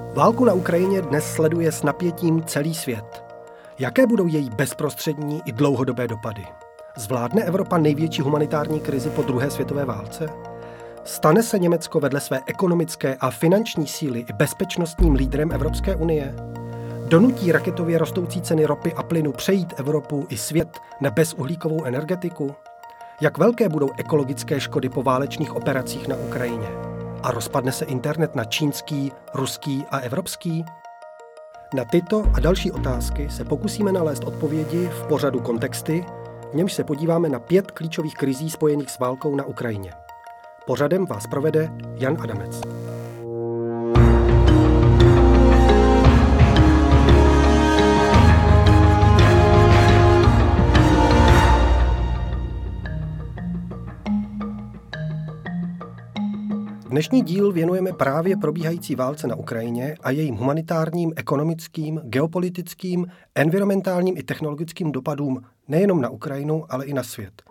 Válku na Ukrajině dnes sleduje s napětím celý svět. Jaké budou její bezprostřední i dlouhodobé dopady? Zvládne Evropa největší humanitární krizi po druhé světové válce? Stane se Německo vedle své ekonomické a finanční síly i bezpečnostním lídrem Evropské unie? Donutí raketově rostoucí ceny ropy a plynu přejít Evropu i svět na bezuhlíkovou energetiku? Jak velké budou ekologické škody po válečných operacích na Ukrajině? A rozpadne se internet na čínský, ruský a evropský? Na tyto a další otázky se pokusíme nalézt odpovědi v pořadu Kontexty, v němž se podíváme na 5 klíčových krizí spojených s válkou na Ukrajině. Pořadem vás provede Jan Adamec. Dnešní díl věnujeme právě probíhající válce na Ukrajině a jejím humanitárním, ekonomickým, geopolitickým, environmentálním i technologickým dopadům nejenom na Ukrajinu, ale i na svět.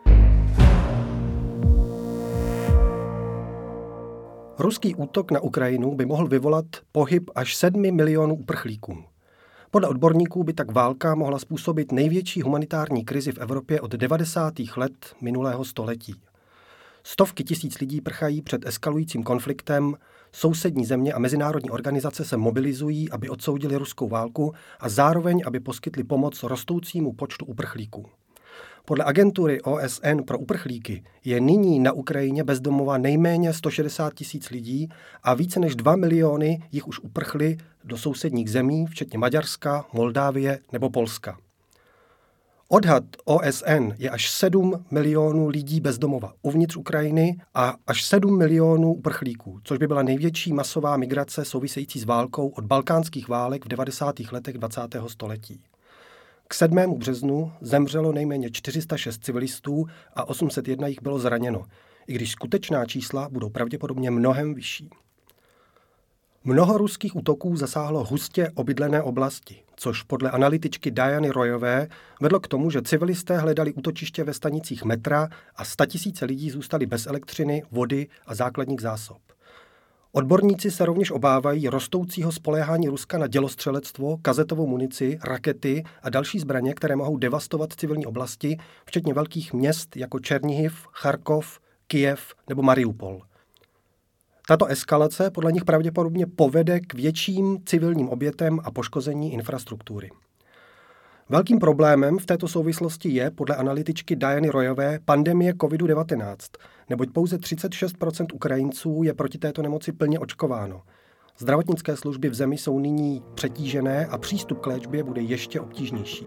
Ruský útok na Ukrajinu by mohl vyvolat pohyb až 7 milionů uprchlíků. Podle odborníků by tak válka mohla způsobit největší humanitární krizi v Evropě od 90. let minulého století. Stovky tisíc lidí prchají před eskalujícím konfliktem, sousední země a mezinárodní organizace se mobilizují, aby odsoudili ruskou válku a zároveň, aby poskytli pomoc rostoucímu počtu uprchlíků. Podle agentury OSN pro uprchlíky je nyní na Ukrajině bezdomova nejméně 160 tisíc lidí a více než 2 miliony jich už uprchli do sousedních zemí, včetně Maďarska, Moldávie nebo Polska. Odhad OSN je až 7 milionů lidí bezdomova uvnitř Ukrajiny a až 7 milionů uprchlíků, což by byla největší masová migrace související s válkou od balkánských válek v 90. letech 20. století. K 7. březnu zemřelo nejméně 406 civilistů a 801 jich bylo zraněno, i když skutečná čísla budou pravděpodobně mnohem vyšší. Mnoho ruských útoků zasáhlo hustě obydlené oblasti, což podle analytičky Diany Royové vedlo k tomu, že civilisté hledali útočiště ve stanicích metra a 100 000 lidí zůstali bez elektřiny, vody a základních zásob. Odborníci se rovněž obávají rostoucího spoléhání Ruska na dělostřelectvo, kazetovou munici, rakety a další zbraně, které mohou devastovat civilní oblasti, včetně velkých měst jako Černihiv, Charkov, Kyjev nebo Mariupol. Tato eskalace podle nich pravděpodobně povede k větším civilním obětem a poškození infrastruktury. Velkým problémem v této souvislosti je, podle analytičky Diany Royové, pandemie COVID-19, neboť pouze 36% Ukrajinců je proti této nemoci plně očkováno. Zdravotnické služby v zemi jsou nyní přetížené a přístup k léčbě bude ještě obtížnější.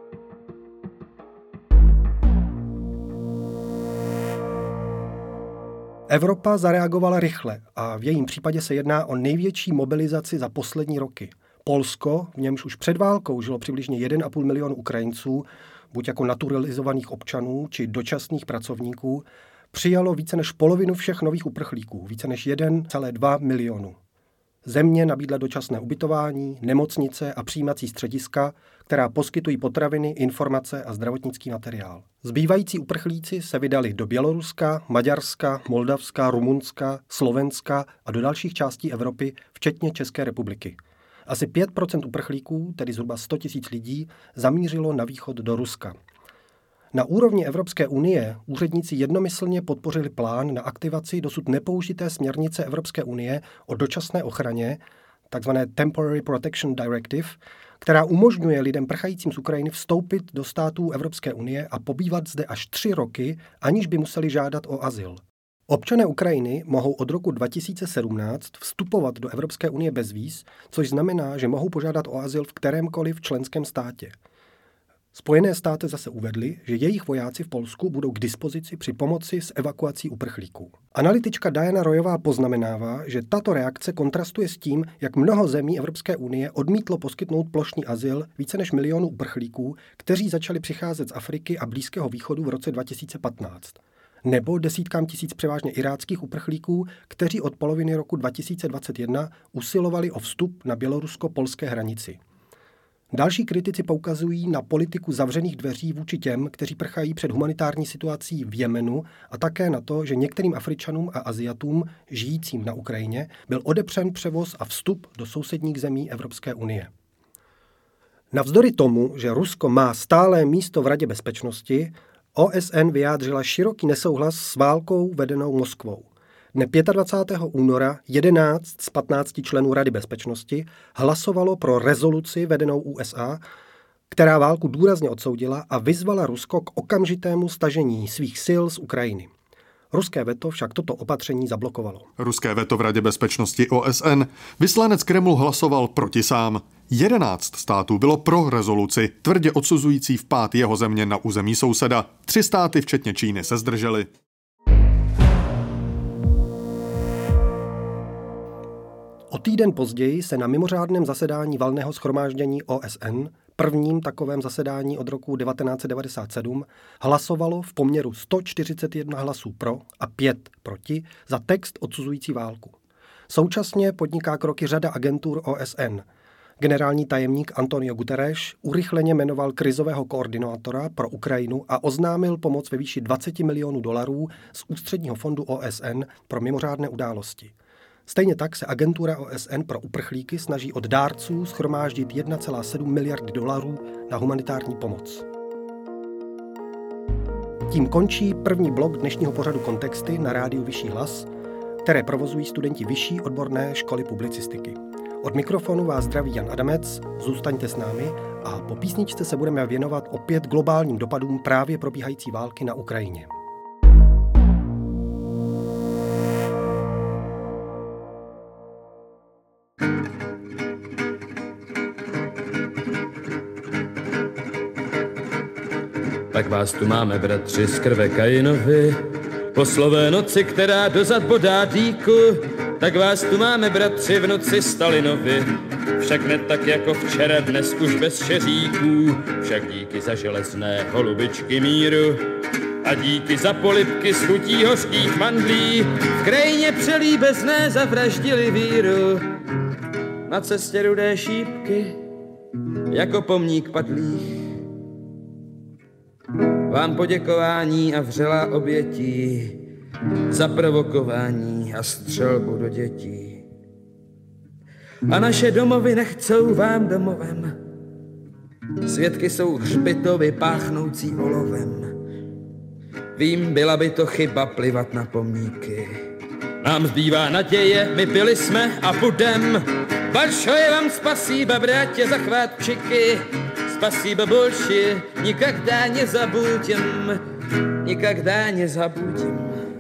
Evropa zareagovala rychle a v jejím případě se jedná o největší mobilizaci za poslední roky. Polsko, v němž už před válkou žilo přibližně 1,5 milionu Ukrajinců, buď jako naturalizovaných občanů či dočasných pracovníků, přijalo více než polovinu všech nových uprchlíků, více než 1,2 milionu. Země nabídla dočasné ubytování, nemocnice a přijímací střediska, která poskytují potraviny, informace a zdravotnický materiál. Zbývající uprchlíci se vydali do Běloruska, Maďarska, Moldavska, Rumunska, Slovenska a do dalších částí Evropy, včetně České republiky. Asi 5% uprchlíků, tedy zhruba 100 000 lidí, zamířilo na východ do Ruska. Na úrovni Evropské unie úředníci jednomyslně podpořili plán na aktivaci dosud nepoužité směrnice Evropské unie o dočasné ochraně, takzvané Temporary Protection Directive, která umožňuje lidem prchajícím z Ukrajiny vstoupit do států Evropské unie a pobývat zde až 3 roky, aniž by museli žádat o azyl. Občané Ukrajiny mohou od roku 2017 vstupovat do Evropské unie bez víz, což znamená, že mohou požádat o azyl v kterémkoliv členském státě. Spojené státy zase uvedly, že jejich vojáci v Polsku budou k dispozici při pomoci s evakuací uprchlíků. Analytička Diana Royová poznamenává, že tato reakce kontrastuje s tím, jak mnoho zemí Evropské unie odmítlo poskytnout plošný azyl více než milionu uprchlíků, kteří začali přicházet z Afriky a Blízkého východu v roce 2015. Nebo desítkám tisíc převážně iráckých uprchlíků, kteří od poloviny roku 2021 usilovali o vstup na bělorusko-polské hranici. Další kritici poukazují na politiku zavřených dveří vůči těm, kteří prchají před humanitární situací v Jemenu a také na to, že některým Afričanům a Aziatům žijícím na Ukrajině byl odepřen převoz a vstup do sousedních zemí Evropské unie. Navzdory tomu, že Rusko má stálé místo v Radě bezpečnosti, OSN vyjádřila široký nesouhlas s válkou vedenou Moskvou. Dne 25. února 11 z 15 členů Rady bezpečnosti hlasovalo pro rezoluci vedenou USA, která válku důrazně odsoudila a vyzvala Rusko k okamžitému stažení svých sil z Ukrajiny. Ruské veto však toto opatření zablokovalo. Ruské veto v Radě bezpečnosti OSN. Vyslanec Kremlu hlasoval proti sám. 11 států bylo pro rezoluci, tvrdě odsuzující vpád jeho země na území souseda. 3 státy, včetně Číny, se zdržely. O týden později se na mimořádném zasedání Valného shromáždění OSN, prvním takovém zasedání od roku 1997, hlasovalo v poměru 141 hlasů pro a 5 proti za text odsuzující válku. Současně podniká kroky řada agentur OSN. Generální tajemník Antonio Guterres urychleně jmenoval krizového koordinátora pro Ukrajinu a oznámil pomoc ve výši $20 milionů z Ústředního fondu OSN pro mimořádné události. Stejně tak se agentura OSN pro uprchlíky snaží od dárců shromáždit $1,7 miliardy na humanitární pomoc. Tím končí první blok dnešního pořadu Kontexty na rádiu Vyšší hlas, které provozují studenti Vyšší odborné školy publicistiky. Od mikrofonu vás zdraví Jan Adamec, zůstaňte s námi a po písničce se budeme věnovat opět globálním dopadům právě probíhající války na Ukrajině. Tak vás tu máme, bratři, z krve Kainovi, po slové noci, která dozad bodá dýku. Tak vás tu máme, bratři, v noci Stalinovi, však ne tak jako včera, dnes už bez šeříků. Však díky za železné holubičky míru a díky za polibky s chutí hořkých mandlí v krajině přelíbezné zavraždili víru. Na cestě rudé šípky jako pomník padlých, vám poděkování a vřelá obětí za provokování a střelbu do dětí. A naše domovy nechcou vám domovem, svědky jsou hřbitovy páchnoucí olovem. Vím, byla by to chyba plivat na pomníky. Nám zbývá naděje, my byli jsme a budem. Большое vám spasíba, bratě, za chvátčiky. Спасибо больше, никогда не забудем, никогда не забудем.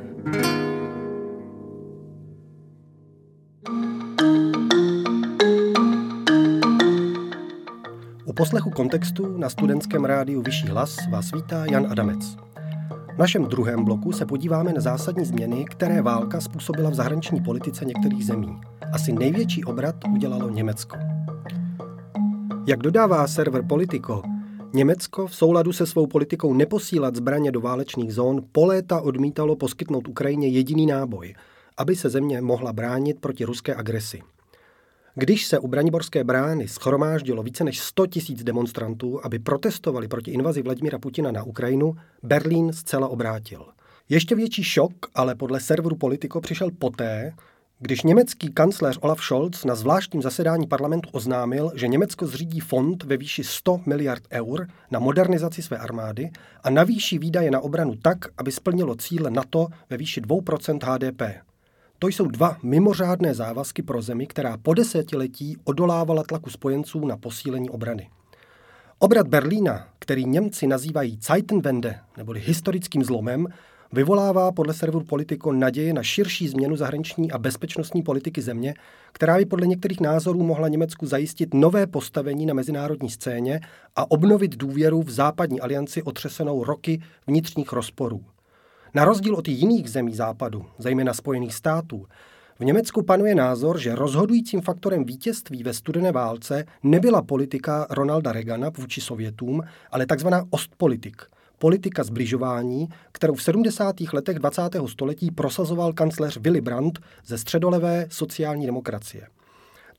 U poslechu Kontextu na studentském rádiu Vyšší hlas vás vítá Jan Adamec. V našem druhém bloku se podíváme na zásadní změny, které válka způsobila v zahraniční politice některých zemí. Asi největší obrat udělalo Německo. Jak dodává server Politico, Německo v souladu se svou politikou neposílat zbraně do válečných zón po léta odmítalo poskytnout Ukrajině jediný náboj, aby se země mohla bránit proti ruské agresi. Když se u Braniborské brány shromáždilo více než 100 000 demonstrantů, aby protestovali proti invazi Vladimira Putina na Ukrajinu, Berlín zcela obrátil. Ještě větší šok ale podle serveru Politico přišel poté, když německý kancléř Olaf Scholz na zvláštním zasedání parlamentu oznámil, že Německo zřídí fond ve výši 100 miliard eur na modernizaci své armády a navýší výdaje na obranu tak, aby splnilo cíle NATO ve výši 2% HDP. To jsou dva mimořádné závazky pro zemi, která po desetiletí odolávala tlaku spojenců na posílení obrany. Obrat Berlína, který Němci nazývají Zeitenwende, neboli historickým zlomem, vyvolává podle serveru Politico naděje na širší změnu zahraniční a bezpečnostní politiky země, která by podle některých názorů mohla Německu zajistit nové postavení na mezinárodní scéně a obnovit důvěru v západní alianci otřesenou roky vnitřních rozporů. Na rozdíl od jiných zemí západu, zejména Spojených států, v Německu panuje názor, že rozhodujícím faktorem vítězství ve studené válce nebyla politika Ronalda Reagana vůči Sovětům, ale takzvaná Ostpolitik, politika zbližování, kterou v 70. letech 20. století prosazoval kancléř Willy Brandt ze středolevé sociální demokracie.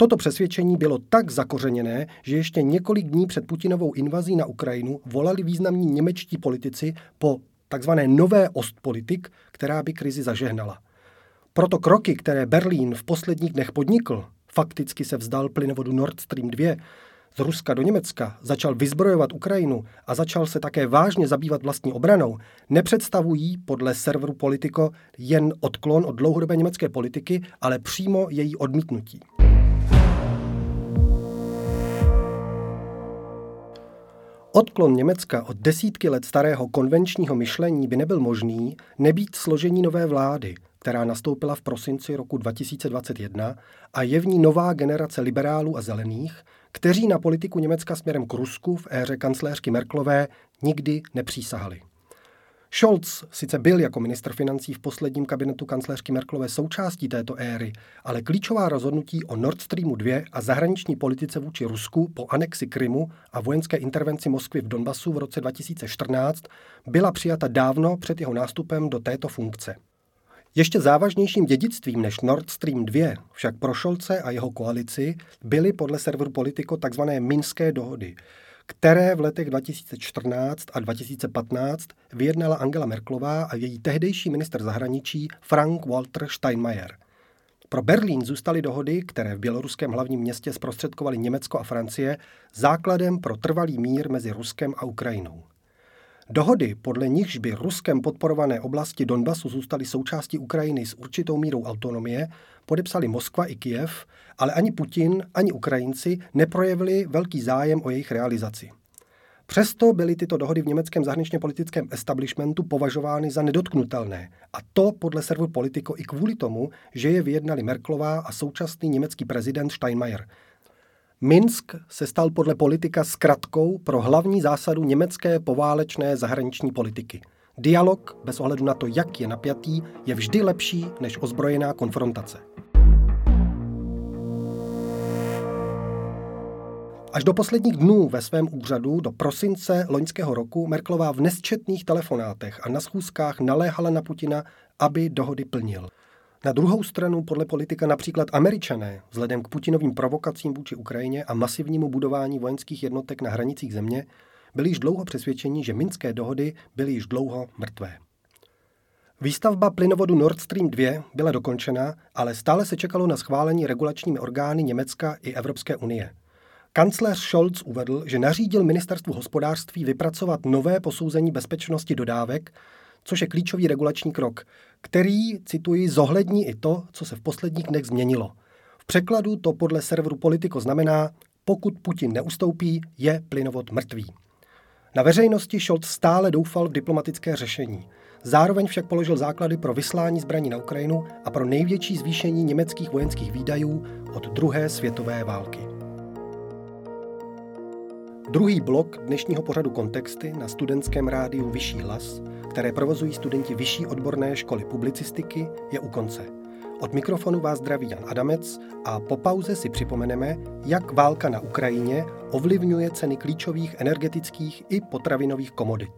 Toto přesvědčení bylo tak zakořeněné, že ještě několik dní před Putinovou invazí na Ukrajinu volali významní němečtí politici po takzvané nové Ostpolitik, která by krizi zažehnala. Proto kroky, které Berlín v posledních dnech podnikl, fakticky se vzdal plynovodu Nord Stream 2, z Ruska do Německa, začal vyzbrojovat Ukrajinu a začal se také vážně zabývat vlastní obranou, nepředstavují podle serveru Politico jen odklon od dlouhodobé německé politiky, ale přímo její odmítnutí. Odklon Německa od desítky let starého konvenčního myšlení by nebyl možný, nebýt složení nové vlády, která nastoupila v prosinci roku 2021 a je v ní nová generace liberálů a zelených, kteří na politiku Německa směrem k Rusku v éře kancléřky Merkelové nikdy nepřísahali. Scholz sice byl jako ministr financí v posledním kabinetu kancléřky Merkelové součástí této éry, ale klíčová rozhodnutí o Nord Streamu 2 a zahraniční politice vůči Rusku po anexi Krymu a vojenské intervenci Moskvy v Donbasu v roce 2014 byla přijata dávno před jeho nástupem do této funkce. Ještě závažnějším dědictvím než Nord Stream 2 však pro Scholze a jeho koalici byly podle serveru Politico tzv. Minské dohody, které v letech 2014 a 2015 vyjednala Angela Merkelová a její tehdejší ministr zahraničí Frank-Walter Steinmeier. Pro Berlín zůstaly dohody, které v běloruském hlavním městě zprostředkovaly Německo a Francie, základem pro trvalý mír mezi Ruskem a Ukrajinou. Dohody, podle nichž by Ruskem podporované oblasti Donbasu zůstaly součástí Ukrajiny s určitou mírou autonomie, podepsali Moskva i Kyjev, ale ani Putin, ani Ukrajinci neprojevili velký zájem o jejich realizaci. Přesto byly tyto dohody v německém zahraničně politickém establishmentu považovány za nedotknutelné. A to podle serveru Politico i kvůli tomu, že je vyjednali Merkelová a současný německý prezident Steinmeier. Minsk se stal podle Politika zkratkou pro hlavní zásadu německé poválečné zahraniční politiky. Dialog, bez ohledu na to, jak je napjatý, je vždy lepší než ozbrojená konfrontace. Až do posledních dnů ve svém úřadu do prosince loňského roku Merkelová v nesčetných telefonátech a na schůzkách naléhala na Putina, aby dohody plnil. Na druhou stranu podle Politika například Američané, vzhledem k Putinovým provokacím vůči Ukrajině a masivnímu budování vojenských jednotek na hranicích země, byli již dlouho přesvědčeni, že minské dohody byly již dlouho mrtvé. Výstavba plynovodu Nord Stream 2 byla dokončena, ale stále se čekalo na schválení regulačními orgány Německa i Evropské unie. Kancléř Scholz uvedl, že nařídil ministerstvu hospodářství vypracovat nové posouzení bezpečnosti dodávek, což je klíčový regulační krok, který, cituji, zohlední i to, co se v posledních dnech změnilo. V překladu to podle serveru Politico znamená, pokud Putin neustoupí, je plynovod mrtvý. Na veřejnosti Scholz stále doufal v diplomatické řešení. Zároveň však položil základy pro vyslání zbraní na Ukrajinu a pro největší zvýšení německých vojenských výdajů od druhé světové války. Druhý blok dnešního pořadu Kontexty na studentském rádiu Vyšší hlas, které provozují studenti Vyšší odborné školy publicistiky, je u konce. Od mikrofonu vás zdraví Jan Adamec a po pauze si připomeneme, jak válka na Ukrajině ovlivňuje ceny klíčových energetických i potravinových komodit.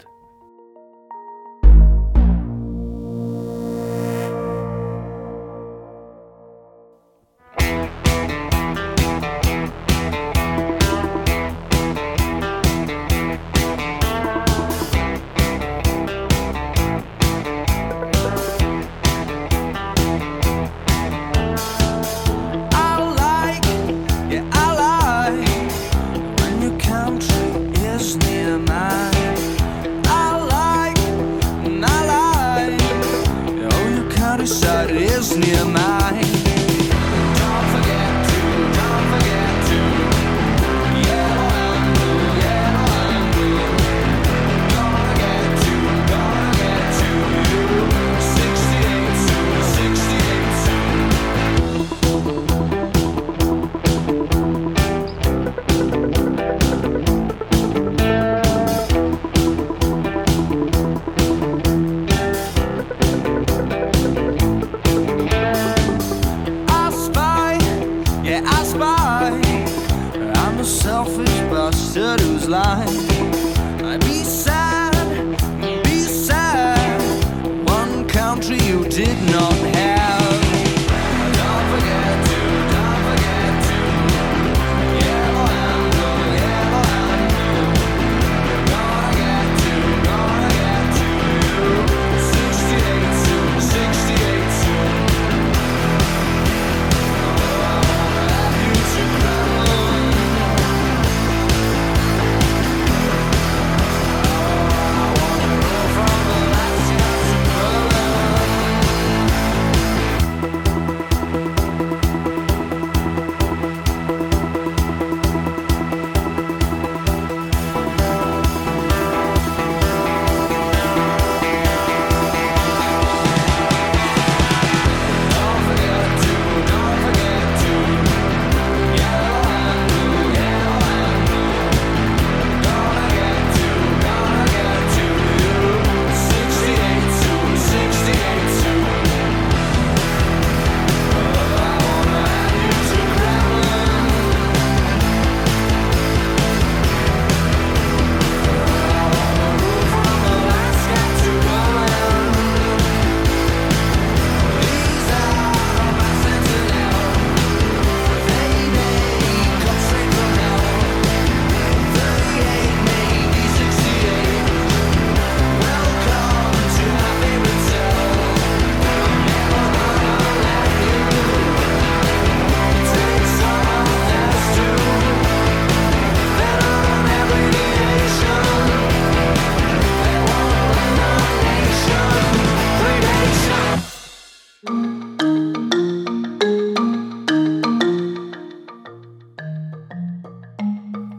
Did not have. Don't forget to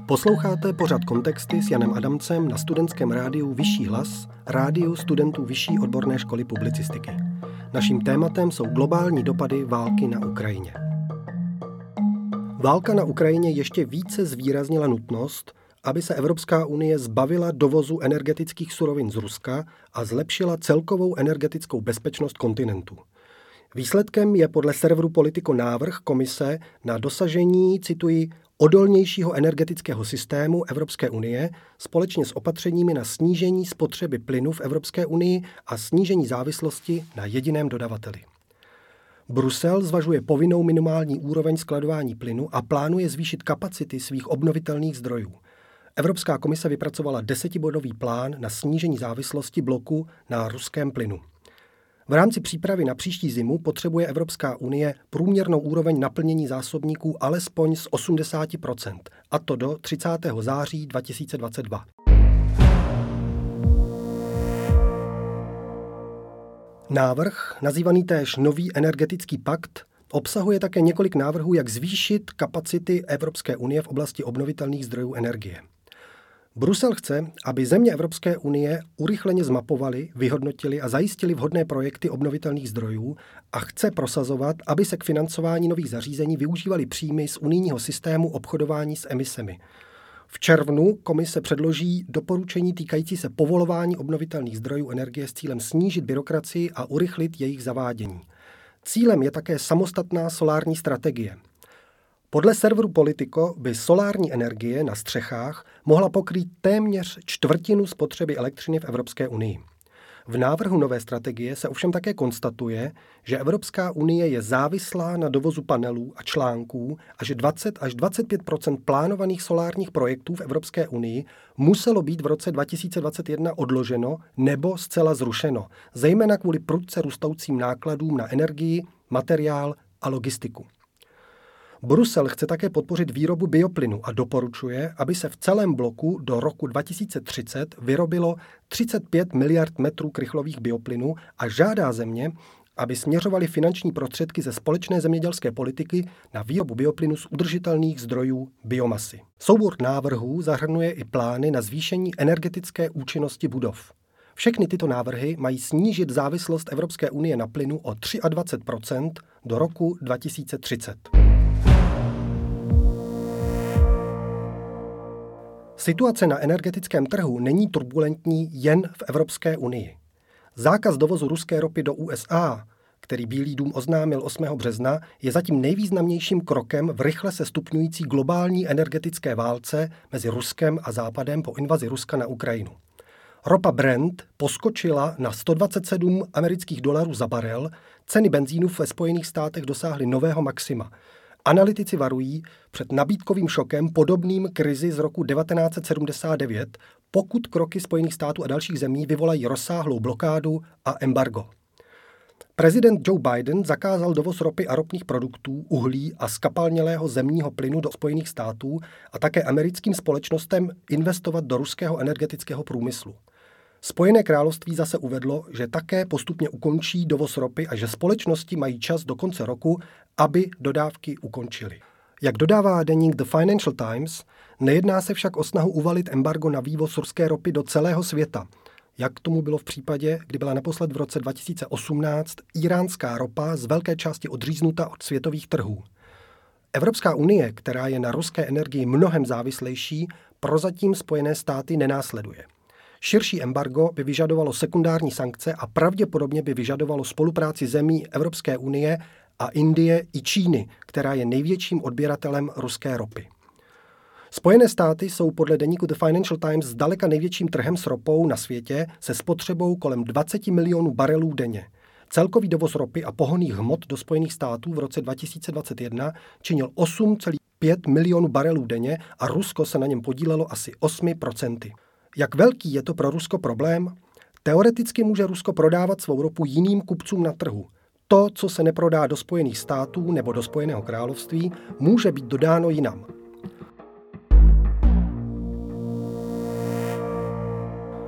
Posloucháte pořad Kontexty s Janem Adamcem na studentském rádiu Vyšší hlas, rádiu studentů Vyšší odborné školy publicistiky. Naším tématem jsou globální dopady války na Ukrajině. Válka na Ukrajině ještě více zvýraznila nutnost, aby se Evropská unie zbavila dovozu energetických surovin z Ruska a zlepšila celkovou energetickou bezpečnost kontinentu. Výsledkem je podle serveru Politico návrh komise na dosažení, cituji, odolnějšího energetického systému Evropské unie společně s opatřeními na snížení spotřeby plynu v Evropské unii a snížení závislosti na jediném dodavateli. Brusel zvažuje povinnou minimální úroveň skladování plynu a plánuje zvýšit kapacity svých obnovitelných zdrojů. Evropská komise vypracovala 10bodový plán na snížení závislosti bloku na ruském plynu. V rámci přípravy na příští zimu potřebuje Evropská unie průměrnou úroveň naplnění zásobníků alespoň z 80%, a to do 30. září 2022. Návrh, nazývaný též Nový energetický pakt, obsahuje také několik návrhů, jak zvýšit kapacity Evropské unie v oblasti obnovitelných zdrojů energie. Brusel chce, aby země Evropské unie urychleně zmapovaly, vyhodnotily a zajistily vhodné projekty obnovitelných zdrojů a chce prosazovat, aby se k financování nových zařízení využívaly příjmy z unijního systému obchodování s emisemi. V červnu komise předloží doporučení týkající se povolování obnovitelných zdrojů energie s cílem snížit byrokracii a urychlit jejich zavádění. Cílem je také samostatná solární strategie. Podle serveru Politico by solární energie na střechách mohla pokrýt téměř čtvrtinu spotřeby elektřiny v Evropské unii. V návrhu nové strategie se ovšem také konstatuje, že Evropská unie je závislá na dovozu panelů a článků a že 20 až 25% plánovaných solárních projektů v Evropské unii muselo být v roce 2021 odloženo nebo zcela zrušeno, zejména kvůli prudce rostoucím nákladům na energii, materiál a logistiku. Brusel chce také podpořit výrobu bioplynu a doporučuje, aby se v celém bloku do roku 2030 vyrobilo 35 miliard metrů krychlových bioplynů a žádá země, aby směřovaly finanční prostředky ze společné zemědělské politiky na výrobu bioplynu z udržitelných zdrojů biomasy. Soubor návrhů zahrnuje i plány na zvýšení energetické účinnosti budov. Všechny tyto návrhy mají snížit závislost Evropské unie na plynu o 23% do roku 2030. Situace na energetickém trhu není turbulentní jen v Evropské unii. Zákaz dovozu ruské ropy do USA, který Bílý dům oznámil 8. března, je zatím nejvýznamnějším krokem v rychle se stupňující globální energetické válce mezi Ruskem a Západem po invazi Ruska na Ukrajinu. Ropa Brent poskočila na $127 za barel, ceny benzínu ve Spojených státech dosáhly nového maxima. Analytici varují před nabídkovým šokem podobným krizi z roku 1979, pokud kroky Spojených států a dalších zemí vyvolají rozsáhlou blokádu a embargo. Prezident Joe Biden zakázal dovoz ropy a ropných produktů, uhlí a zkapalnělého zemního plynu do Spojených států a také americkým společnostem investovat do ruského energetického průmyslu. Spojené království zase uvedlo, že také postupně ukončí dovoz ropy a že společnosti mají čas do konce roku, aby dodávky ukončily. Jak dodává deník The Financial Times, nejedná se však o snahu uvalit embargo na vývoz ruské ropy do celého světa, jak tomu bylo v případě, kdy byla naposled v roce 2018 iránská ropa z velké části odříznuta od světových trhů. Evropská unie, která je na ruské energii mnohem závislejší, prozatím Spojené státy nenásleduje. Širší embargo by vyžadovalo sekundární sankce a pravděpodobně by vyžadovalo spolupráci zemí Evropské unie a Indie i Číny, která je největším odběratelem ruské ropy. Spojené státy jsou podle deníku The Financial Times zdaleka největším trhem s ropou na světě se spotřebou kolem 20 milionů barelů denně. Celkový dovoz ropy a pohonných hmot do Spojených států v roce 2021 činil 8,5 milionů barelů denně a Rusko se na něm podílelo asi 8%. Jak velký je to pro Rusko problém? Teoreticky může Rusko prodávat svou ropu jiným kupcům na trhu. To, co se neprodá do Spojených států nebo do Spojeného království, může být dodáno jinam.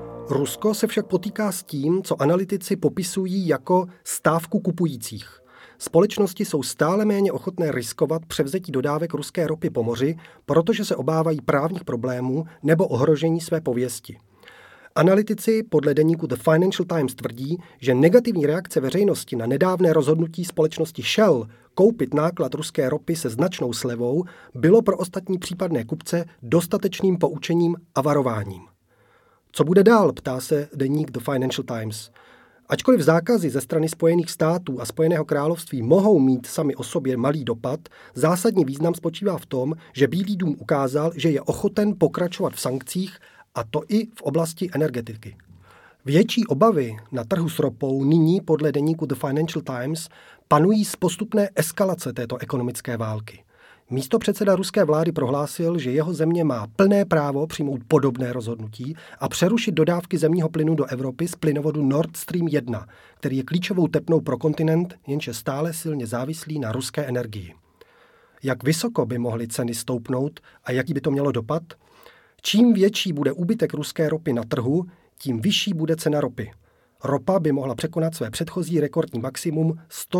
Rusko se však potýká s tím, co analytici popisují jako stávku kupujících. společnosti jsou stále méně ochotné riskovat převzetí dodávek ruské ropy po moři, protože se obávají právních problémů nebo ohrožení své pověsti. Analytici podle deníku The Financial Times tvrdí, že negativní reakce veřejnosti na nedávné rozhodnutí společnosti Shell koupit náklad ruské ropy se značnou slevou bylo pro ostatní případné kupce dostatečným poučením a varováním. Co bude dál, ptá se deník The Financial Times. Ačkoliv zákazy ze strany Spojených států a Spojeného království mohou mít sami o sobě malý dopad, zásadní význam spočívá v tom, že Bílý dům ukázal, že je ochoten pokračovat v sankcích, a to i v oblasti energetiky. Větší obavy na trhu s ropou nyní podle deníku The Financial Times panují z postupné eskalace této ekonomické války. Místopředseda ruské vlády prohlásil, že jeho země má plné právo přijmout podobné rozhodnutí a přerušit dodávky zemního plynu do Evropy z plynovodu Nord Stream 1, který je klíčovou tepnou pro kontinent, jenž je stále silně závislý na ruské energii. Jak vysoko by mohly ceny stoupnout a jaký by to mělo dopad? Čím větší bude úbytek ruské ropy na trhu, tím vyšší bude cena ropy. Ropa by mohla překonat své předchozí rekordní maximum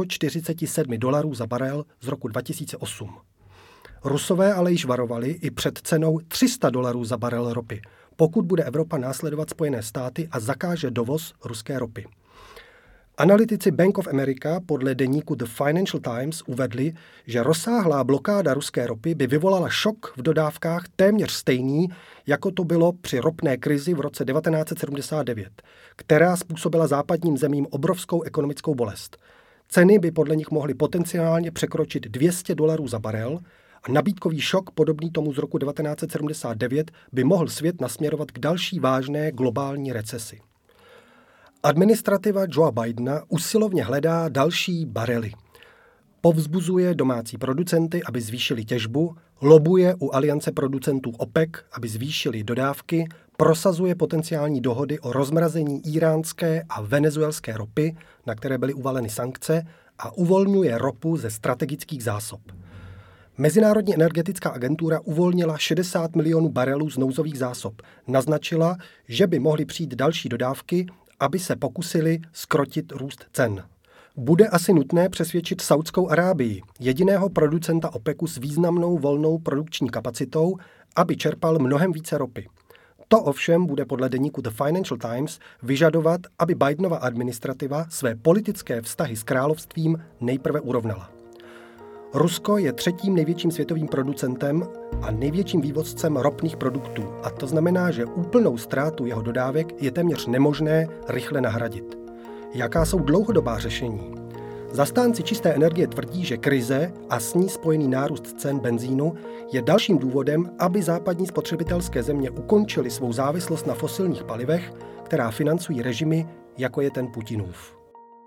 $147 za barel z roku 2008. Rusové ale již varovali i před cenou $300 za barel ropy, pokud bude Evropa následovat Spojené státy a zakáže dovoz ruské ropy. Analytici Bank of America podle deníku The Financial Times uvedli, že rozsáhlá blokáda ruské ropy by vyvolala šok v dodávkách téměř stejný, jako to bylo při ropné krizi v roce 1979, která způsobila západním zemím obrovskou ekonomickou bolest. Ceny by podle nich mohly potenciálně překročit $200 za barel a nabídkový šok podobný tomu z roku 1979 by mohl svět nasměrovat k další vážné globální recesi. Administrativa Joea Bidena usilovně hledá další barely. Povzbuzuje domácí producenty, aby zvýšili těžbu, lobuje u aliance producentů OPEC, aby zvýšili dodávky, prosazuje potenciální dohody o rozmrazení íránské a venezuelské ropy, na které byly uvaleny sankce, a uvolňuje ropu ze strategických zásob. Mezinárodní energetická agentura uvolnila 60 milionů barelů z nouzových zásob. Naznačila, že by mohly přijít další dodávky, aby se pokusili zkrotit růst cen. Bude asi nutné přesvědčit Saudskou Arábii, jediného producenta OPECu s významnou volnou produkční kapacitou, aby čerpal mnohem více ropy. To ovšem bude podle deníku The Financial Times vyžadovat, aby Bidenova administrativa své politické vztahy s královstvím nejprve urovnala. Rusko je třetím největším světovým producentem a největším vývozcem ropných produktů, a to znamená, že úplnou ztrátu jeho dodávek je téměř nemožné rychle nahradit. Jaká jsou dlouhodobá řešení? Zastánci čisté energie tvrdí, že krize a s ní spojený nárůst cen benzínu je dalším důvodem, aby západní spotřebitelské země ukončily svou závislost na fosilních palivech, která financují režimy, jako je ten Putinův.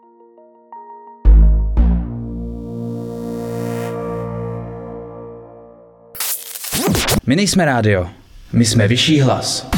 My nejsme rádio, my jsme vyšší hlas.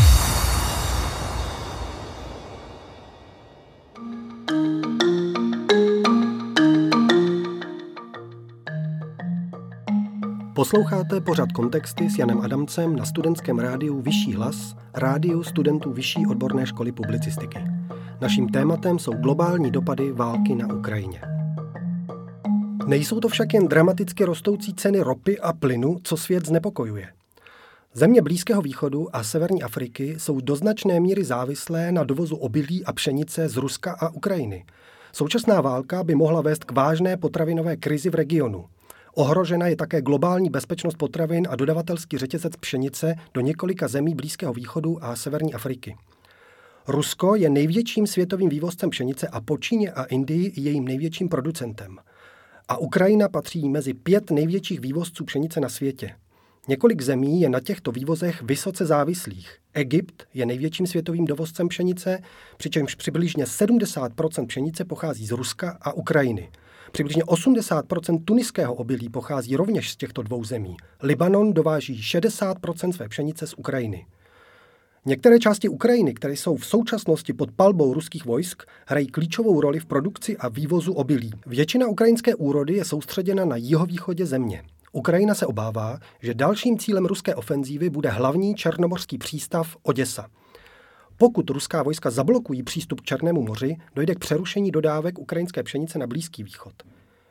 Posloucháte pořad Kontexty s Janem Adamcem na studentském rádiu Vyšší hlas, rádiu studentů Vyšší odborné školy publicistiky. Naším tématem jsou globální dopady války na Ukrajině. Nejsou to však jen dramaticky rostoucí ceny ropy a plynu, co svět znepokojuje. Země Blízkého východu a severní Afriky jsou do značné míry závislé na dovozu obilí a pšenice z Ruska a Ukrajiny. Současná válka by mohla vést k vážné potravinové krizi v regionu. Ohrožena je také globální bezpečnost potravin a dodavatelský řetězec pšenice do několika zemí Blízkého východu a severní Afriky. Rusko je největším světovým vývozcem pšenice a po Číně a Indii jejím největším producentem. A Ukrajina patří mezi 5 největších vývozců pšenice na světě. Několik zemí je na těchto vývozech vysoce závislých. Egypt je největším světovým dovozcem pšenice, přičemž přibližně 70% pšenice pochází z Ruska a Ukrajiny. Přibližně 80% tuniského obilí pochází rovněž z těchto dvou zemí. Libanon dováží 60% své pšenice z Ukrajiny. Některé části Ukrajiny, které jsou v současnosti pod palbou ruských vojsk, hrají klíčovou roli v produkci a vývozu obilí. Většina ukrajinské úrody je soustředěna na jihovýchodě země. Ukrajina se obává, že dalším cílem ruské ofenzívy bude hlavní černomořský přístav Oděsa. Pokud ruská vojska zablokují přístup k Černému moři, dojde k přerušení dodávek ukrajinské pšenice na Blízký východ.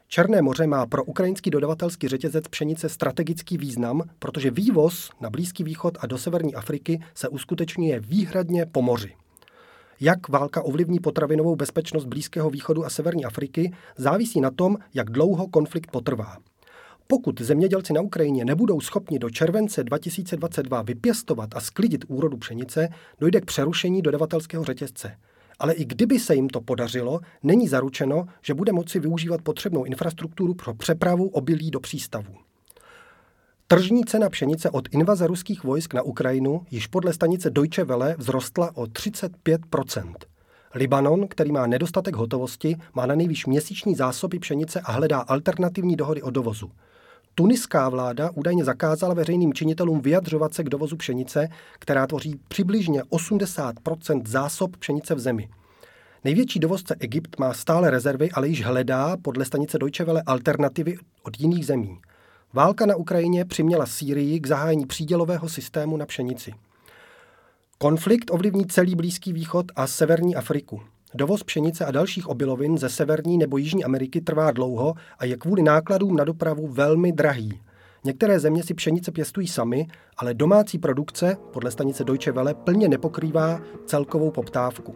Černé moře má pro ukrajinský dodavatelský řetězec pšenice strategický význam, protože vývoz na Blízký východ a do severní Afriky se uskutečňuje výhradně po moři. Jak válka ovlivní potravinovou bezpečnost Blízkého východu a severní Afriky, závisí na tom, jak dlouho konflikt potrvá. Pokud zemědělci na Ukrajině nebudou schopni do července 2022 vypěstovat a sklidit úrodu pšenice, dojde k přerušení dodavatelského řetězce. Ale i kdyby se jim to podařilo, není zaručeno, že bude moci využívat potřebnou infrastrukturu pro přepravu obilí do přístavů. Tržní cena pšenice od invaze ruských vojsk na Ukrajinu již podle stanice Deutsche Welle vzrostla o 35%. Libanon, který má nedostatek hotovosti, má na nejvýš měsíční zásoby pšenice a hledá alternativní dohody o dovozu. Tuniská vláda údajně zakázala veřejným činitelům vyjadřovat se k dovozu pšenice, která tvoří přibližně 80% zásob pšenice v zemi. Největší dovozce Egypt má stále rezervy, ale již hledá podle stanice Deutsche Welle alternativy od jiných zemí. Válka na Ukrajině přiměla Sýrii k zahájení přídělového systému na pšenici. Konflikt ovlivní celý Blízký východ a severní Afriku. Dovoz pšenice a dalších obilovin ze Severní nebo Jižní Ameriky trvá dlouho a je kvůli nákladům na dopravu velmi drahý. Některé země si pšenice pěstují samy, ale domácí produkce, podle stanice Deutsche Welle, plně nepokrývá celkovou poptávku.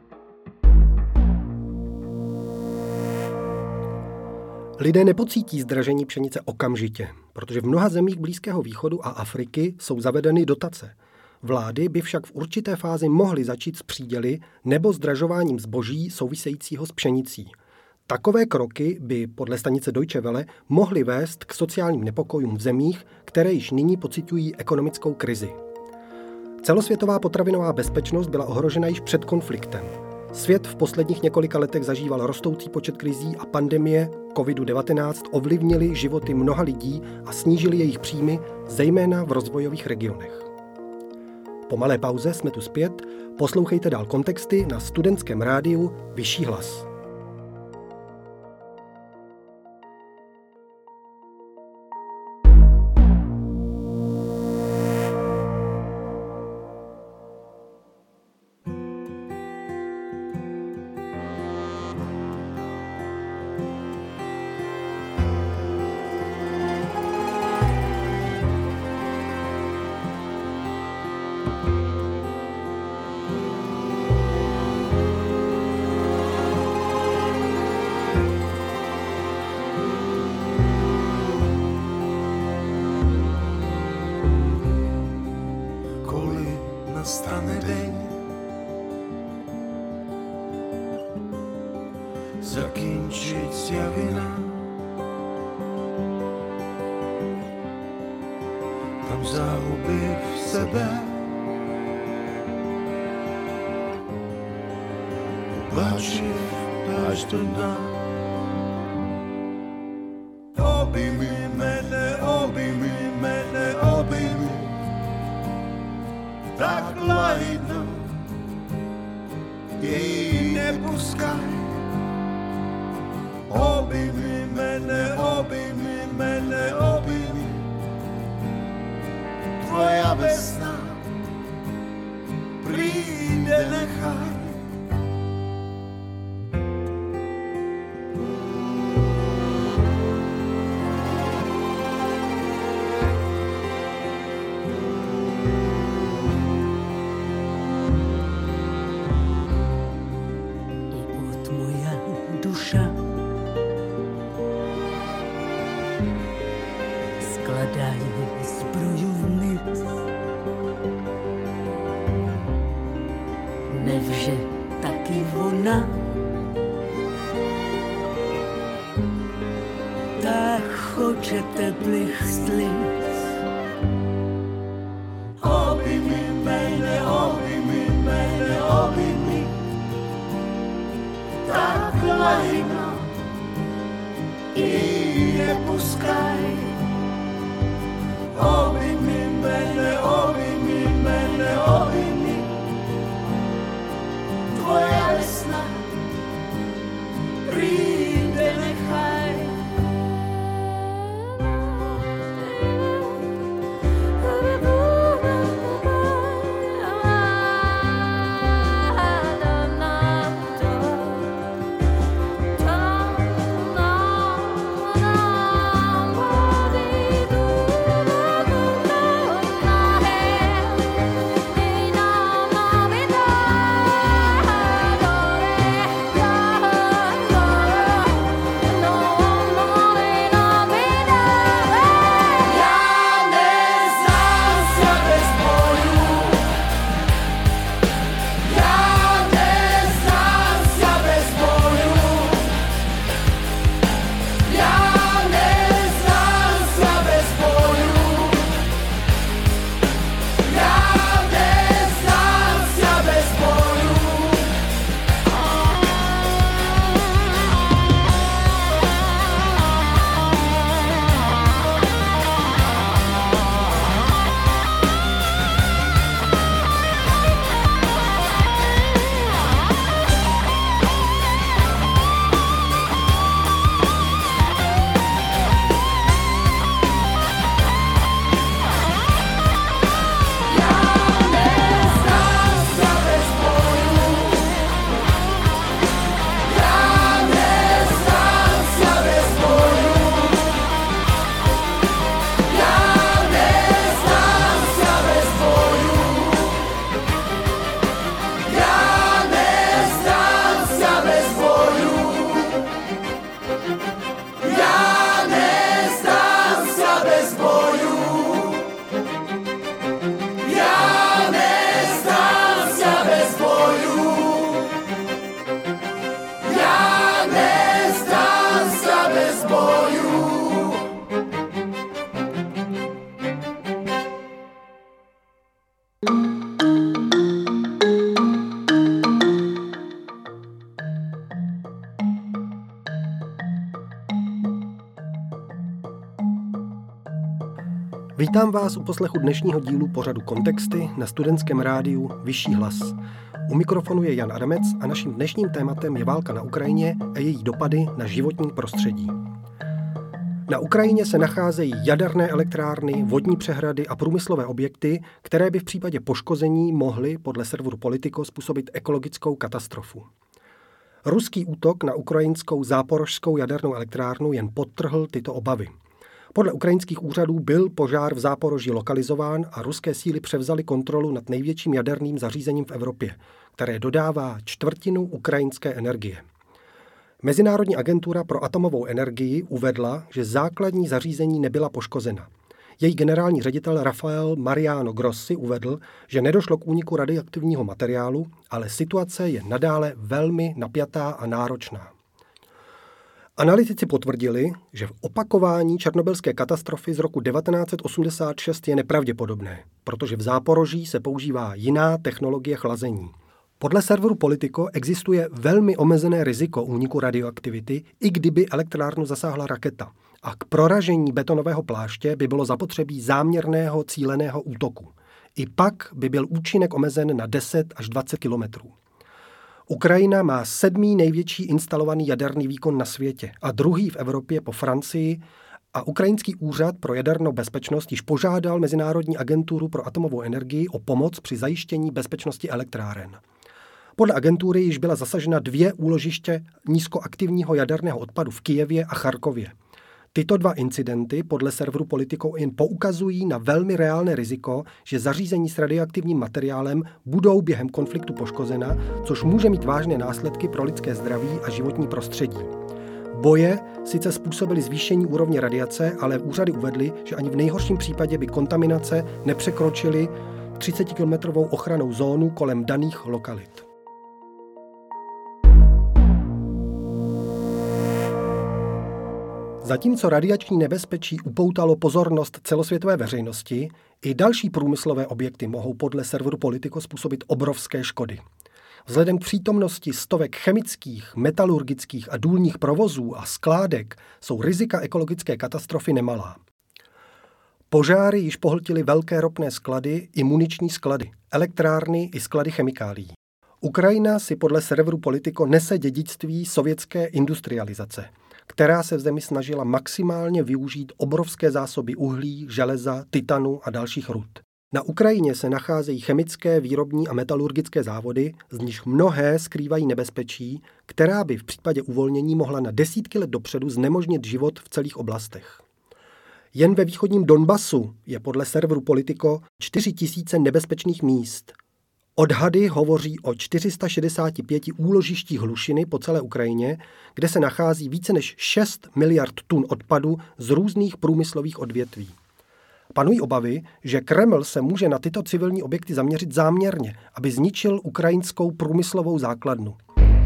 Lidé nepocítí zdražení pšenice okamžitě, protože v mnoha zemích Blízkého východu a Afriky jsou zavedeny dotace. Vlády by však v určité fázi mohly začít s příděly nebo zdražováním zboží souvisejícího s pšenicí. Takové kroky by podle stanice Deutsche Welle mohly vést k sociálním nepokojům v zemích, které již nyní pociťují ekonomickou krizi. Celosvětová potravinová bezpečnost byla ohrožena již před konfliktem. Svět v posledních několika letech zažíval rostoucí počet krizí a pandemie COVID-19 ovlivnily životy mnoha lidí a snížily jejich příjmy, zejména v rozvojových regionech. Po malé pauze jsme tu zpět, poslouchejte dál kontexty na studentském rádiu Vyšší hlas. Nastane deň, zakінчить ця війна, там загубив себе, побачив аж до дна. Обійми мене, обійми мене, обійми, так лагідно, і не пускай. Обійми мене, обійми мене, обійми, твоя весна прийде нехай. Nevže taky ona tak хоче теплих сліз. Обійми мене, обійми мене, обійми, так лагідно і не пускай. Обійми мене, обійми мене, обійми, твоя весна прийде нехай. Vítám vás u poslechu dnešního dílu pořadu Kontexty na studentském rádiu Vyšší hlas. U mikrofonu je Jan Adamec a naším dnešním tématem je válka na Ukrajině a její dopady na životní prostředí. Na Ukrajině se nacházejí jaderné elektrárny, vodní přehrady a průmyslové objekty, které by v případě poškození mohly podle serveru Politico způsobit ekologickou katastrofu. Ruský útok na ukrajinskou záporožskou jadernou elektrárnu jen podtrhl tyto obavy. Podle ukrajinských úřadů byl požár v Záporoží lokalizován a ruské síly převzaly kontrolu nad největším jaderným zařízením v Evropě, které dodává čtvrtinu ukrajinské energie. Mezinárodní agentura pro atomovou energii uvedla, že základní zařízení nebyla poškozena. Její generální ředitel Rafael Mariano Grossi uvedl, že nedošlo k úniku radioaktivního materiálu, ale situace je nadále velmi napjatá a náročná. Analytici potvrdili, že opakování černobylské katastrofy z roku 1986 je nepravděpodobné, protože v Záporoží se používá jiná technologie chlazení. Podle serveru Politico existuje velmi omezené riziko úniku radioaktivity, i kdyby elektrárnu zasáhla raketa. A k proražení betonového pláště by bylo zapotřebí záměrného cíleného útoku. I pak by byl účinek omezen na 10 až 20 kilometrů. Ukrajina má 7. největší instalovaný jaderný výkon na světě a 2. v Evropě po Francii a Ukrajinský úřad pro jadernou bezpečnost již požádal Mezinárodní agenturu pro atomovou energii o pomoc při zajištění bezpečnosti elektráren. Podle agentury již byla zasažena 2 úložiště nízkoaktivního jaderného odpadu v Kyjevě a Charkově. Tyto 2 incidenty podle serveru Politico jen poukazují na velmi reálné riziko, že zařízení s radioaktivním materiálem budou během konfliktu poškozena, což může mít vážné následky pro lidské zdraví a životní prostředí. Boje sice způsobily zvýšení úrovně radiace, ale úřady uvedly, že ani v nejhorším případě by kontaminace nepřekročily 30-kilometrovou ochrannou zónu kolem daných lokalit. Zatímco radiační nebezpečí upoutalo pozornost celosvětové veřejnosti, i další průmyslové objekty mohou podle serveru Politico způsobit obrovské škody. Vzhledem k přítomnosti stovek chemických, metalurgických a důlních provozů a skládek jsou rizika ekologické katastrofy nemalá. Požáry již pohltily velké ropné sklady i muniční sklady, elektrárny i sklady chemikálií. Ukrajina si podle serveru Politico nese dědictví sovětské industrializace, která se v zemi snažila maximálně využít obrovské zásoby uhlí, železa, titanu a dalších rud. Na Ukrajině se nacházejí chemické, výrobní a metalurgické závody, z nichž mnohé skrývají nebezpečí, která by v případě uvolnění mohla na desítky let dopředu znemožnit život v celých oblastech. Jen ve východním Donbasu je podle serveru Politico 4 000 nebezpečných míst. Odhady hovoří o 465 úložištích hlušiny po celé Ukrajině, kde se nachází více než 6 miliard tun odpadu z různých průmyslových odvětví. Panují obavy, že Kreml se může na tyto civilní objekty zaměřit záměrně, aby zničil ukrajinskou průmyslovou základnu.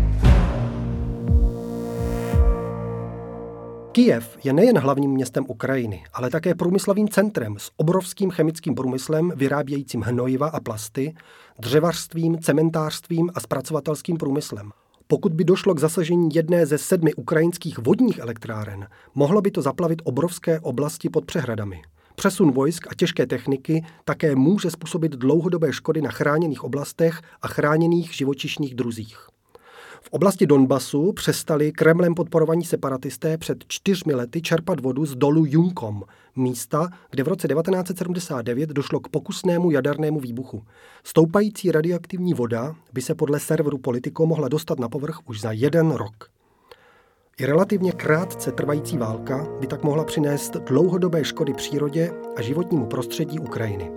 Kyjev je nejen hlavním městem Ukrajiny, ale také průmyslovým centrem s obrovským chemickým průmyslem vyrábějícím hnojiva a plasty, dřevařstvím, cementářstvím a zpracovatelským průmyslem. Pokud by došlo k zasažení jedné ze 7 ukrajinských vodních elektráren, mohlo by to zaplavit obrovské oblasti pod přehradami. Přesun vojsk a těžké techniky také může způsobit dlouhodobé škody na chráněných oblastech a chráněných živočišných druzích. V oblasti Donbasu přestali Kremlem podporovaní separatisté před 4 lety čerpat vodu z dolu Junkom, místa, kde v roce 1979 došlo k pokusnému jadernému výbuchu. Stoupající radioaktivní voda by se podle serveru Politico mohla dostat na povrch už za 1 rok. I relativně krátce trvající válka by tak mohla přinést dlouhodobé škody přírodě a životnímu prostředí Ukrajiny.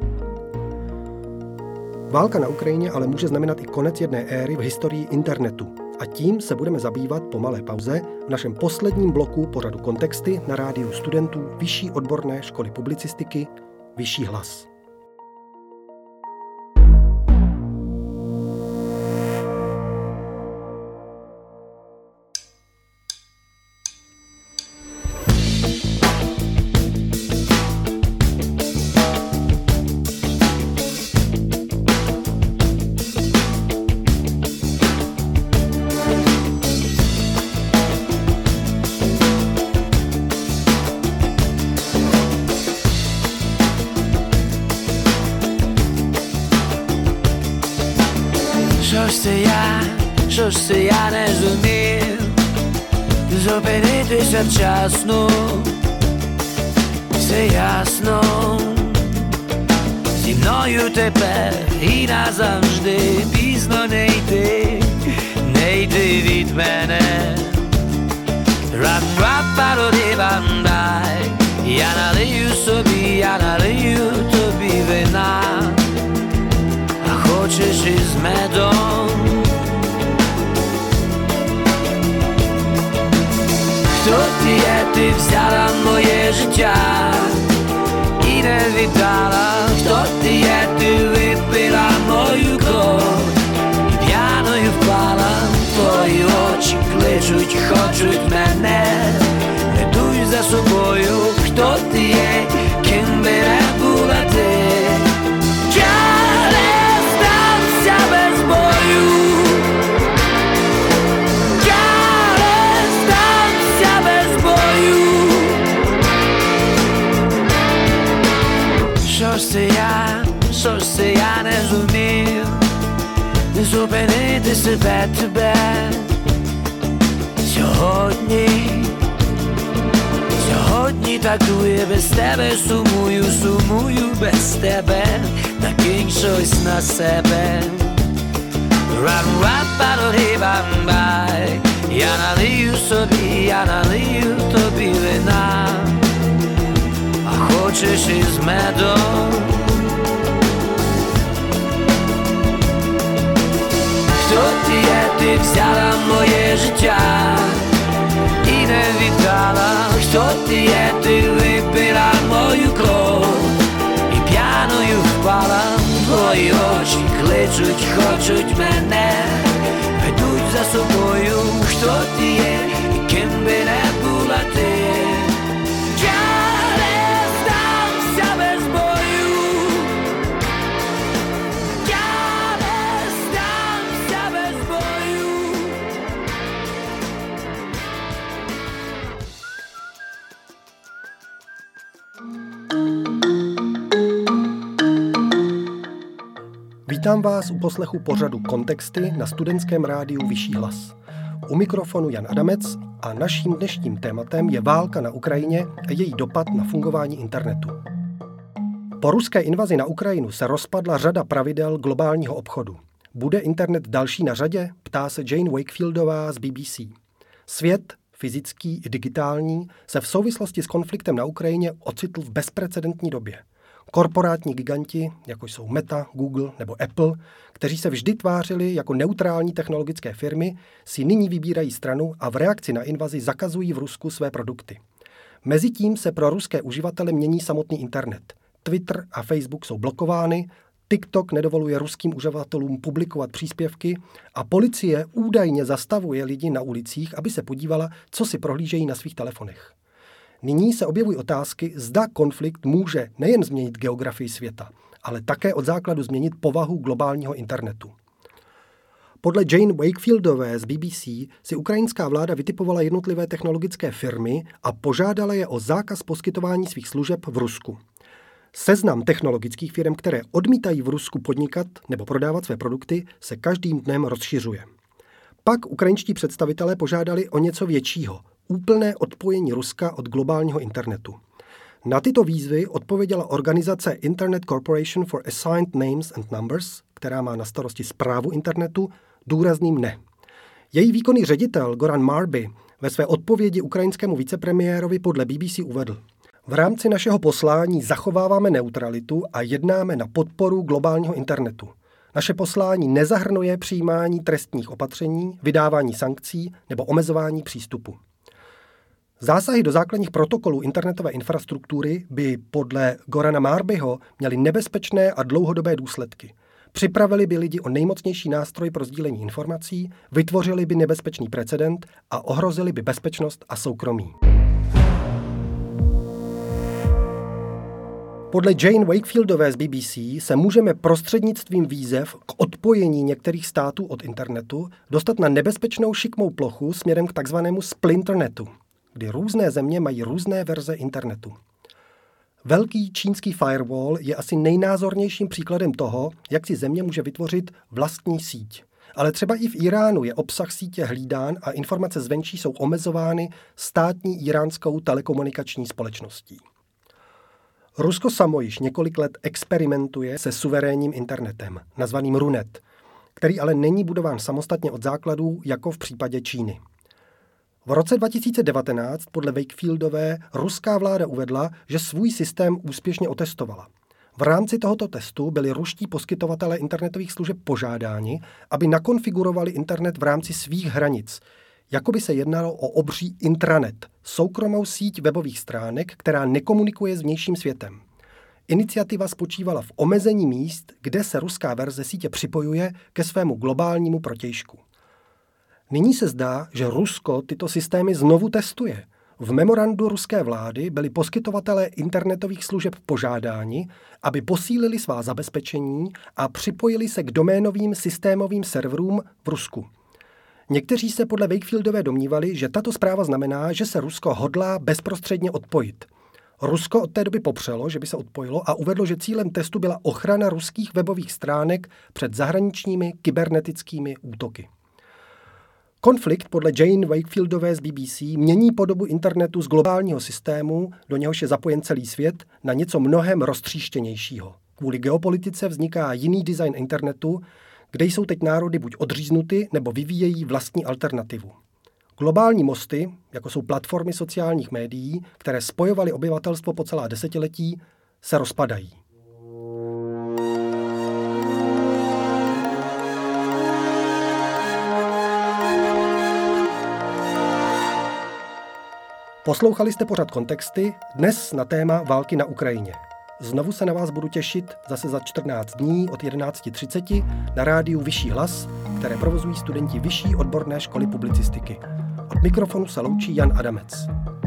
Válka na Ukrajině ale může znamenat i konec jedné éry v historii internetu. A tím se budeme zabývat po malé pauze v našem posledním bloku pořadu Kontexty na rádiu studentů Vyšší odborné školy publicistiky Vyšší hlas. Що ж це я не зумів зупинитися вчасно, все ясно, зі мною тепер і назавжди пізно не йди від мене. Рап-рап-пароди-бандай, я налию собі, я налию тобі вина, а хочеш із медом. Хто ти є, ти взяла моє життя і не віддала. Хто ти є, ти випила мою кров і п'яною впала. Твої очі кличуть, хочуть мене, ведуть за собою. Хто ти є, ким би не була ти, я не здамся без бою. Що ж це я не зумів зупинити себе, тебе сьогодні так дує без тебе, сумую без тебе, накинь щось на себе. Рап-рап-пароди-бамбай, я налию собі, я налию тобі вина, а хочеш із медом. Хто ти є, ти взяла моє життя і не віддала. Хто ти є, ти випила мою кров і п'яною впала. Твої очі кличуть, хочуть мене, ведуть за собою. Хто ти є, і ким би не була ти, Vítám vás u poslechu pořadu Kontexty na studentském rádiu Vyšší hlas. U mikrofonu Jan Adamec a naším dnešním tématem je válka na Ukrajině a její dopad na fungování internetu. Po ruské invazi na Ukrajinu se rozpadla řada pravidel globálního obchodu. Bude internet další na řadě? Ptá se Jane Wakefieldová z BBC. Svět, fyzický i digitální, se v souvislosti s konfliktem na Ukrajině ocitl v bezprecedentní době. Korporátní giganti, jako jsou Meta, Google nebo Apple, kteří se vždy tvářili jako neutrální technologické firmy, si nyní vybírají stranu a v reakci na invazi zakazují v Rusku své produkty. Mezitím se pro ruské uživatele mění samotný internet. Twitter a Facebook jsou blokovány, TikTok nedovoluje ruským uživatelům publikovat příspěvky a policie údajně zastavuje lidi na ulicích, aby se podívala, co si prohlížejí na svých telefonech. Nyní se objevují otázky, zda konflikt může nejen změnit geografii světa, ale také od základu změnit povahu globálního internetu. Podle Jane Wakefieldové z BBC si ukrajinská vláda vytipovala jednotlivé technologické firmy a požádala je o zákaz poskytování svých služeb v Rusku. Seznam technologických firm, které odmítají v Rusku podnikat nebo prodávat své produkty, se každým dnem rozšiřuje. Pak ukrajinští představitelé požádali o něco většího, úplné odpojení Ruska od globálního internetu. Na tyto výzvy odpověděla organizace Internet Corporation for Assigned Names and Numbers, která má na starosti správu internetu, důrazným ne. Její výkonný ředitel Goran Marby ve své odpovědi ukrajinskému vicepremiérovi podle BBC uvedl: v rámci našeho poslání zachováváme neutralitu a jednáme na podporu globálního internetu. Naše poslání nezahrnuje přijímání trestních opatření, vydávání sankcí nebo omezování přístupu. Zásahy do základních protokolů internetové infrastruktury by podle Gorana Marbyho měly nebezpečné a dlouhodobé důsledky. Připravili by lidi o nejmocnější nástroj pro sdílení informací, vytvořili by nebezpečný precedent a ohrozili by bezpečnost a soukromí. Podle Jane Wakefieldové z BBC se můžeme prostřednictvím výzev k odpojení některých států od internetu dostat na nebezpečnou šikmou plochu směrem k takzvanému splinternetu, kdy různé země mají různé verze internetu. Velký čínský firewall je asi nejnázornějším příkladem toho, jak si země může vytvořit vlastní síť. Ale třeba i v Iránu je obsah sítě hlídán a informace zvenčí jsou omezovány státní iránskou telekomunikační společností. Rusko samo již několik let experimentuje se suverénním internetem, nazvaným Runet, který ale není budován samostatně od základů, jako v případě Číny. V roce 2019 podle Wakefieldové ruská vláda uvedla, že svůj systém úspěšně otestovala. V rámci tohoto testu byli ruští poskytovatelé internetových služeb požádáni, aby nakonfigurovali internet v rámci svých hranic, jako by se jednalo o obří intranet, soukromou síť webových stránek, která nekomunikuje s vnějším světem. Iniciativa spočívala v omezení míst, kde se ruská verze sítě připojuje ke svému globálnímu protějšku. Nyní se zdá, že Rusko tyto systémy znovu testuje. V memorandu ruské vlády byli poskytovatelé internetových služeb požádáni, aby posílili svá zabezpečení a připojili se k doménovým systémovým serverům v Rusku. Někteří se podle Wakefieldové domnívali, že tato zpráva znamená, že se Rusko hodlá bezprostředně odpojit. Rusko od té doby popřelo, že by se odpojilo a uvedlo, že cílem testu byla ochrana ruských webových stránek před zahraničními kybernetickými útoky. Konflikt podle Jane Wakefieldové z BBC mění podobu internetu z globálního systému, do něhož je zapojen celý svět, na něco mnohem roztříštěnějšího. Kvůli geopolitice vzniká jiný design internetu, kde jsou teď národy buď odříznuty, nebo vyvíjejí vlastní alternativu. Globální mosty, jako jsou platformy sociálních médií, které spojovaly obyvatelstvo po celá desetiletí, se rozpadají. Poslouchali jste pořad Kontexty, dnes na téma války na Ukrajině. Znovu se na vás budu těšit zase za 14 dní od 11:30 na rádiu Vyšší hlas, které provozují studenti Vyšší odborné školy publicistiky. Od mikrofonu se loučí Jan Adamec.